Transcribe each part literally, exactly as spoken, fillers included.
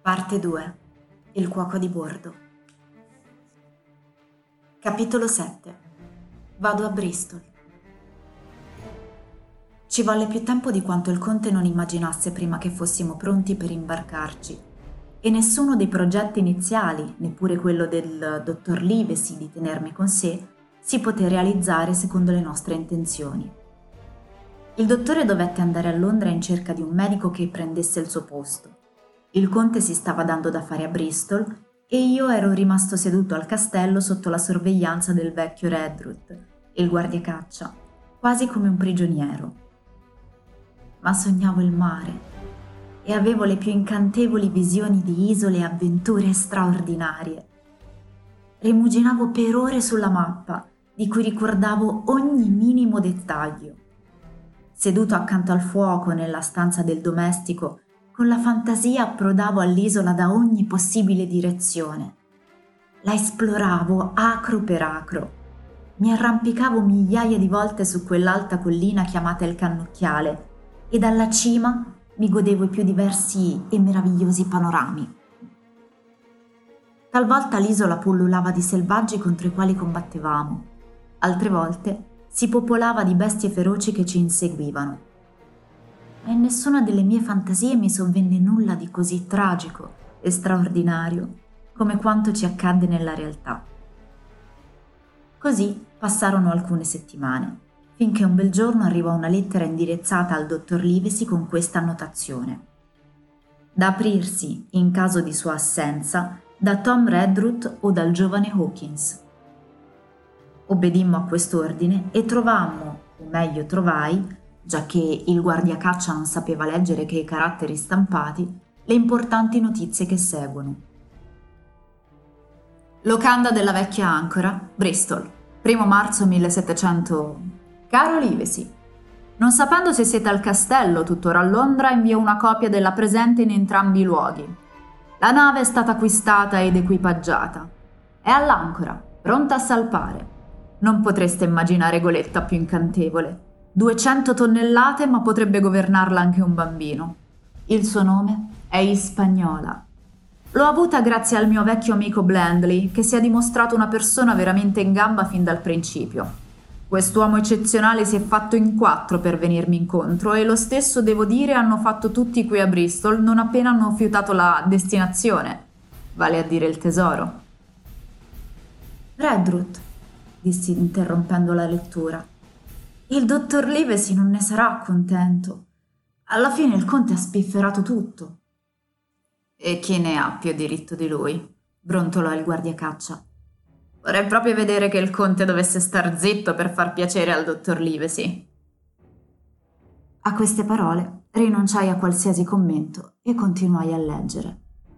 Parte due. Il cuoco di bordo. Capitolo sette. Vado a Bristol. Ci volle più tempo di quanto il conte non immaginasse prima che fossimo pronti per imbarcarci, e nessuno dei progetti iniziali, neppure quello del dottor Livesey di tenermi con sé, si poté realizzare secondo le nostre intenzioni. Il dottore dovette andare a Londra in cerca di un medico che prendesse il suo posto. Il conte si stava dando da fare a Bristol e io ero rimasto seduto al castello sotto la sorveglianza del vecchio Redruth, il guardiacaccia, quasi come un prigioniero. Ma sognavo il mare e avevo le più incantevoli visioni di isole e avventure straordinarie. Rimuginavo per ore sulla mappa, di cui ricordavo ogni minimo dettaglio. Seduto accanto al fuoco nella stanza del domestico, con la fantasia approdavo all'isola da ogni possibile direzione. La esploravo acro per acro. Mi arrampicavo migliaia di volte su quell'alta collina chiamata il Cannocchiale e dalla cima mi godevo i più diversi e meravigliosi panorami. Talvolta l'isola pullulava di selvaggi contro i quali combattevamo, altre volte si popolava di bestie feroci che ci inseguivano. Ma in nessuna delle mie fantasie mi sovvenne nulla di così tragico e straordinario come quanto ci accadde nella realtà. Così passarono alcune settimane, finché un bel giorno arrivò una lettera indirizzata al dottor Livesey con questa annotazione: da aprirsi, in caso di sua assenza, da Tom Redruth o dal giovane Hawkins. Obbedimmo a quest'ordine e trovammo, o meglio trovai, giacché il guardiacaccia non sapeva leggere che i caratteri stampati, le importanti notizie che seguono. Locanda della vecchia ancora, Bristol, primo marzo millesettecento. Caro Livesey, non sapendo se siete al castello tuttora a Londra, invio una copia della presente in entrambi i luoghi. La nave è stata acquistata ed equipaggiata. È all'ancora, pronta a salpare. Non potreste immaginare goletta più incantevole. duecento tonnellate, ma potrebbe governarla anche un bambino. Il suo nome è Ispagnola. L'ho avuta grazie al mio vecchio amico Blandley, che si è dimostrato una persona veramente in gamba fin dal principio. Quest'uomo eccezionale si è fatto in quattro per venirmi incontro e lo stesso, devo dire, hanno fatto tutti qui a Bristol non appena hanno fiutato la destinazione, vale a dire il tesoro. Redruth, dissi interrompendo la lettura. Il dottor Livesey non ne sarà contento. Alla fine il conte ha spifferato tutto. E chi ne ha più diritto di lui? Brontolò il guardiacaccia. Vorrei proprio vedere che il conte dovesse star zitto per far piacere al dottor Livesey. A queste parole rinunciai a qualsiasi commento e continuai a leggere.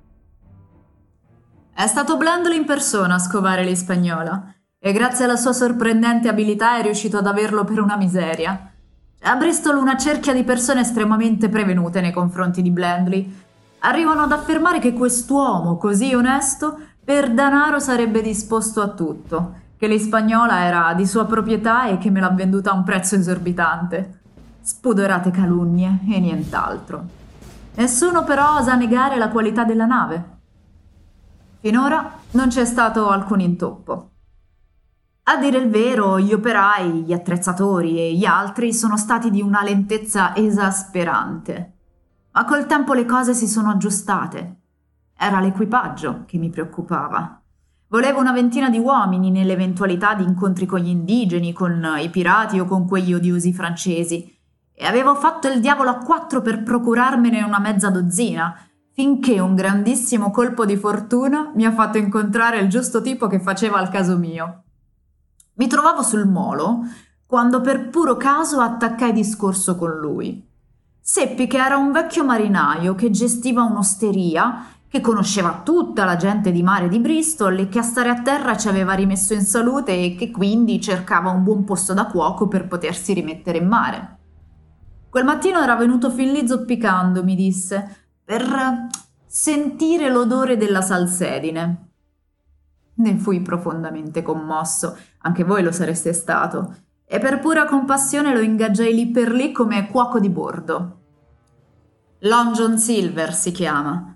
È stato Blandley in persona a scovare l'Ispagnola. E grazie alla sua sorprendente abilità è riuscito ad averlo per una miseria. C'è a Bristol una cerchia di persone estremamente prevenute nei confronti di Blandley. Arrivano ad affermare che quest'uomo così onesto per denaro sarebbe disposto a tutto, che l'Ispagnola era di sua proprietà e che me l'ha venduta a un prezzo esorbitante. Spudorate calunnie e nient'altro. Nessuno però osa negare la qualità della nave. Finora non c'è stato alcun intoppo. A dire il vero, gli operai, gli attrezzatori e gli altri sono stati di una lentezza esasperante. Ma col tempo le cose si sono aggiustate. Era l'equipaggio che mi preoccupava. Volevo una ventina di uomini nell'eventualità di incontri con gli indigeni, con i pirati o con quegli odiosi francesi, e avevo fatto il diavolo a quattro per procurarmene una mezza dozzina, finché un grandissimo colpo di fortuna mi ha fatto incontrare il giusto tipo che faceva al caso mio. Mi trovavo sul molo quando per puro caso attaccai discorso con lui. Seppi che era un vecchio marinaio che gestiva un'osteria, che conosceva tutta la gente di mare di Bristol e che a stare a terra ci aveva rimesso in salute e che quindi cercava un buon posto da cuoco per potersi rimettere in mare. Quel mattino era venuto fin lì zoppicando, mi disse, per sentire l'odore della salsedine. Ne fui profondamente commosso, anche voi lo sareste stato, e per pura compassione lo ingaggiai lì per lì come cuoco di bordo. Long John Silver si chiama,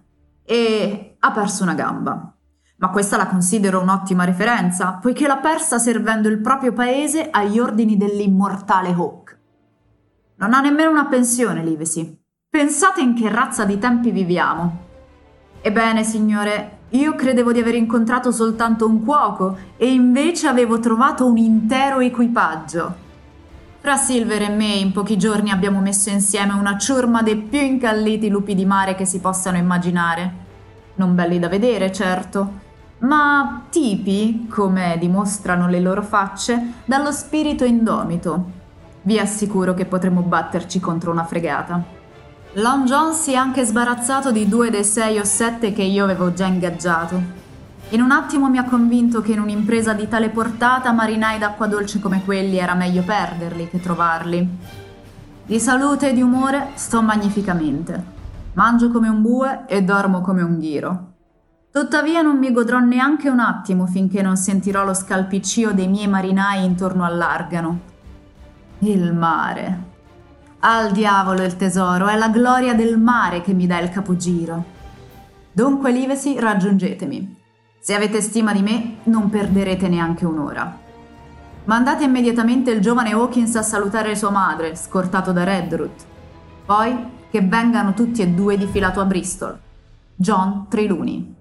e ha perso una gamba. Ma questa la considero un'ottima referenza, poiché l'ha persa servendo il proprio paese agli ordini dell'immortale Hawk. Non ha nemmeno una pensione, Livesey. Pensate in che razza di tempi viviamo. Ebbene, signore, io credevo di aver incontrato soltanto un cuoco e invece avevo trovato un intero equipaggio. Fra Silver e me in pochi giorni abbiamo messo insieme una ciurma dei più incalliti lupi di mare che si possano immaginare. Non belli da vedere, certo, ma tipi, come dimostrano le loro facce, dallo spirito indomito. Vi assicuro che potremo batterci contro una fregata. Long John si è anche sbarazzato di due dei sei o sette che io avevo già ingaggiato. In un attimo mi ha convinto che in un'impresa di tale portata marinai d'acqua dolce come quelli era meglio perderli che trovarli. Di salute e di umore sto magnificamente. Mangio come un bue e dormo come un ghiro. Tuttavia non mi godrò neanche un attimo finché non sentirò lo scalpiccio dei miei marinai intorno all'argano. Il mare. Al diavolo il tesoro, è la gloria del mare che mi dà il capogiro. Dunque, Livesey, raggiungetemi. Se avete stima di me, non perderete neanche un'ora. Mandate immediatamente il giovane Hawkins a salutare sua madre, scortato da Redruth. Poi che vengano tutti e due di filato a Bristol. John Trelawney.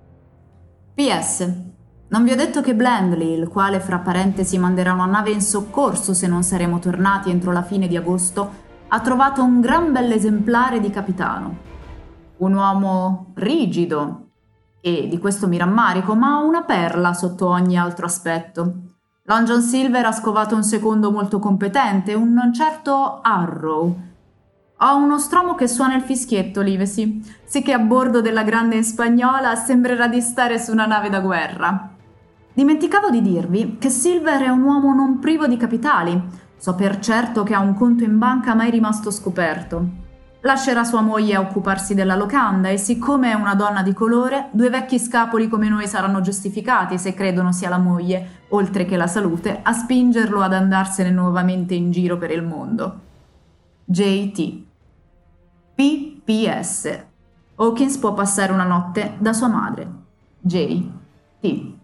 P S. Non vi ho detto che Blandley, il quale fra parentesi manderà una nave in soccorso se non saremo tornati entro la fine di agosto, ha trovato un gran bell'esemplare di capitano. Un uomo rigido, e di questo mi rammarico, ma una perla sotto ogni altro aspetto. Long John Silver ha scovato un secondo molto competente, un certo Arrow. Ho uno stromo che suona il fischietto, Livesey, sicché a bordo della grande spagnola sembrerà di stare su una nave da guerra. Dimenticavo di dirvi che Silver è un uomo non privo di capitali. So per certo che ha un conto in banca mai rimasto scoperto. Lascerà sua moglie a occuparsi della locanda e siccome è una donna di colore, due vecchi scapoli come noi saranno giustificati se credono sia la moglie, oltre che la salute, a spingerlo ad andarsene nuovamente in giro per il mondo. J T. P P S. Hawkins può passare una notte da sua madre. J T.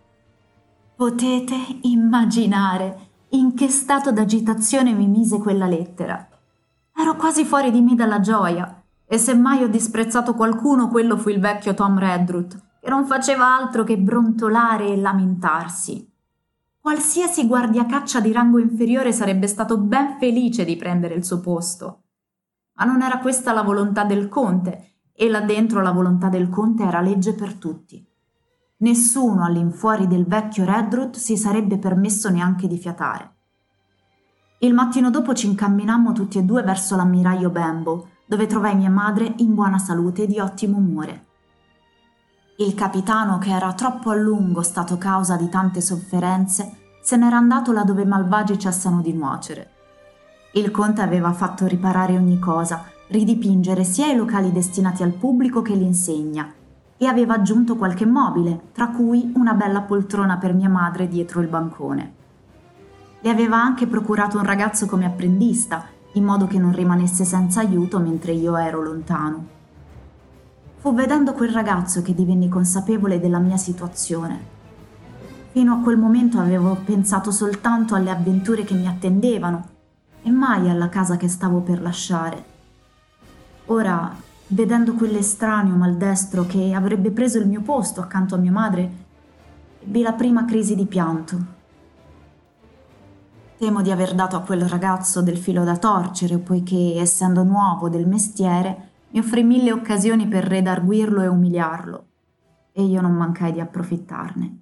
Potete immaginare in che stato d'agitazione mi mise quella lettera. Ero quasi fuori di me dalla gioia, e se mai ho disprezzato qualcuno, quello fu il vecchio Tom Redruth, che non faceva altro che brontolare e lamentarsi. Qualsiasi guardiacaccia di rango inferiore sarebbe stato ben felice di prendere il suo posto. Ma non era questa la volontà del conte, e là dentro la volontà del conte era legge per tutti. Nessuno all'infuori del vecchio Redruth si sarebbe permesso neanche di fiatare. Il mattino dopo ci incamminammo tutti e due verso l'ammiraglio Benbow, dove trovai mia madre in buona salute e di ottimo umore. Il capitano, che era troppo a lungo stato causa di tante sofferenze, se n'era andato là dove malvagi cessano di nuocere. Il conte aveva fatto riparare ogni cosa, ridipingere sia i locali destinati al pubblico che l'insegna, e aveva aggiunto qualche mobile, tra cui una bella poltrona per mia madre dietro il bancone. Le aveva anche procurato un ragazzo come apprendista, in modo che non rimanesse senza aiuto mentre io ero lontano. Fu vedendo quel ragazzo che divenni consapevole della mia situazione. Fino a quel momento avevo pensato soltanto alle avventure che mi attendevano e mai alla casa che stavo per lasciare. Ora, vedendo quell'estraneo maldestro che avrebbe preso il mio posto accanto a mia madre, ebbi la prima crisi di pianto. Temo di aver dato a quel ragazzo del filo da torcere, poiché, essendo nuovo del mestiere, mi offrì mille occasioni per redarguirlo e umiliarlo, e io non mancai di approfittarne.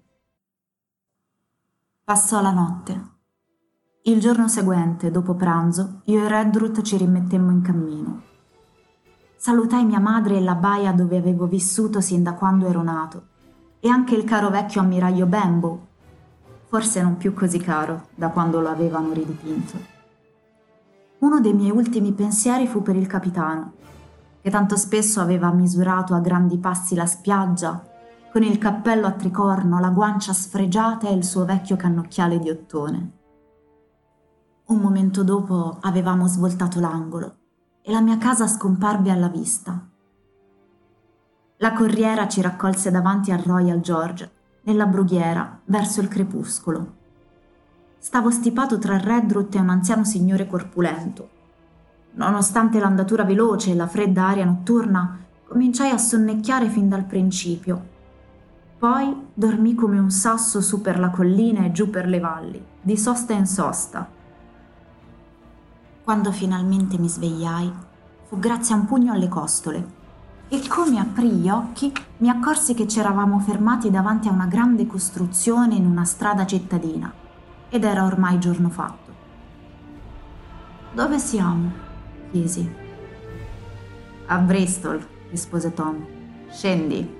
Passò la notte. Il giorno seguente, dopo pranzo, io e Redruth ci rimettemmo in cammino. Salutai mia madre e la baia dove avevo vissuto sin da quando ero nato, e anche il caro vecchio ammiraglio Benbow, forse non più così caro da quando lo avevano ridipinto. Uno dei miei ultimi pensieri fu per il capitano, che tanto spesso aveva misurato a grandi passi la spiaggia, con il cappello a tricorno, la guancia sfregiata e il suo vecchio cannocchiale di ottone. Un momento dopo avevamo svoltato l'angolo e la mia casa scomparve alla vista. La corriera ci raccolse davanti al Royal George, nella brughiera, verso il crepuscolo. Stavo stipato tra Redruth e un anziano signore corpulento. Nonostante l'andatura veloce e la fredda aria notturna, cominciai a sonnecchiare fin dal principio. Poi dormii come un sasso su per la collina e giù per le valli, di sosta in sosta. Quando finalmente mi svegliai, fu grazie a un pugno alle costole, e come aprii gli occhi mi accorsi che c'eravamo fermati davanti a una grande costruzione in una strada cittadina, ed era ormai giorno fatto. «Dove siamo?» chiesi. «A Bristol», rispose Tom. «Scendi».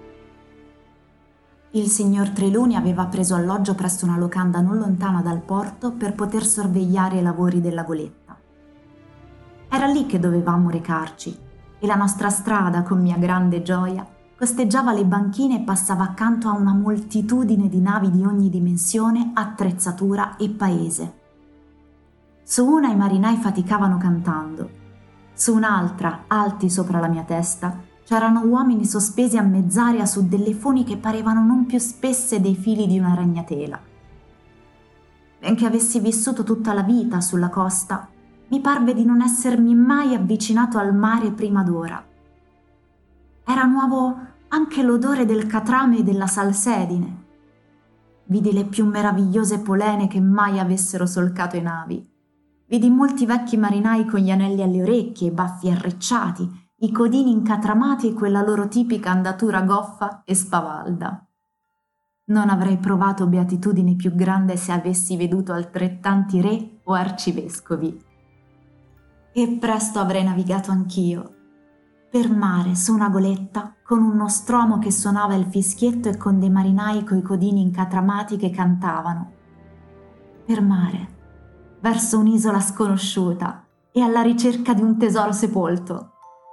Il signor Trelawney aveva preso alloggio presso una locanda non lontana dal porto per poter sorvegliare i lavori della goletta. Era lì che dovevamo recarci, e la nostra strada, con mia grande gioia, costeggiava le banchine e passava accanto a una moltitudine di navi di ogni dimensione, attrezzatura e paese. Su una i marinai faticavano cantando. Su un'altra, alti sopra la mia testa, c'erano uomini sospesi a mezz'aria su delle funi che parevano non più spesse dei fili di una ragnatela. Benché avessi vissuto tutta la vita sulla costa, mi parve di non essermi mai avvicinato al mare prima d'ora. Era nuovo anche l'odore del catrame e della salsedine. Vidi le più meravigliose polene che mai avessero solcato i navi. Vidi molti vecchi marinai con gli anelli alle orecchie, i baffi arricciati, i codini incatramati e quella loro tipica andatura goffa e spavalda. Non avrei provato beatitudine più grande se avessi veduto altrettanti re o arcivescovi. E presto avrei navigato anch'io, per mare su una goletta, con un nostromo che suonava il fischietto e con dei marinai coi codini incatramati che cantavano. Per mare, verso un'isola sconosciuta e alla ricerca di un tesoro sepolto.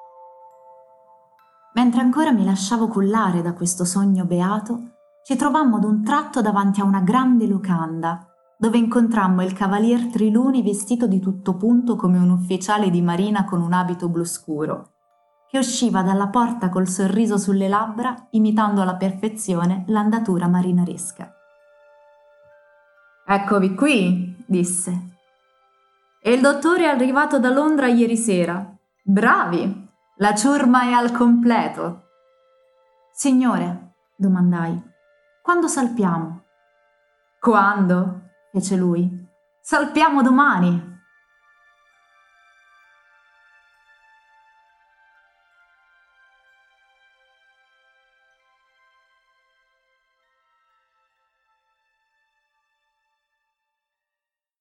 Mentre ancora mi lasciavo cullare da questo sogno beato, ci trovammo d'un tratto davanti a una grande locanda, dove incontrammo il cavalier Trelawney vestito di tutto punto come un ufficiale di marina con un abito blu scuro, che usciva dalla porta col sorriso sulle labbra, imitando alla perfezione l'andatura marinaresca. «Eccovi qui», disse. «E il dottore è arrivato da Londra ieri sera. Bravi! La ciurma è al completo». «Signore», domandai, «quando salpiamo?» «Quando?» fece lui. «Salpiamo domani!»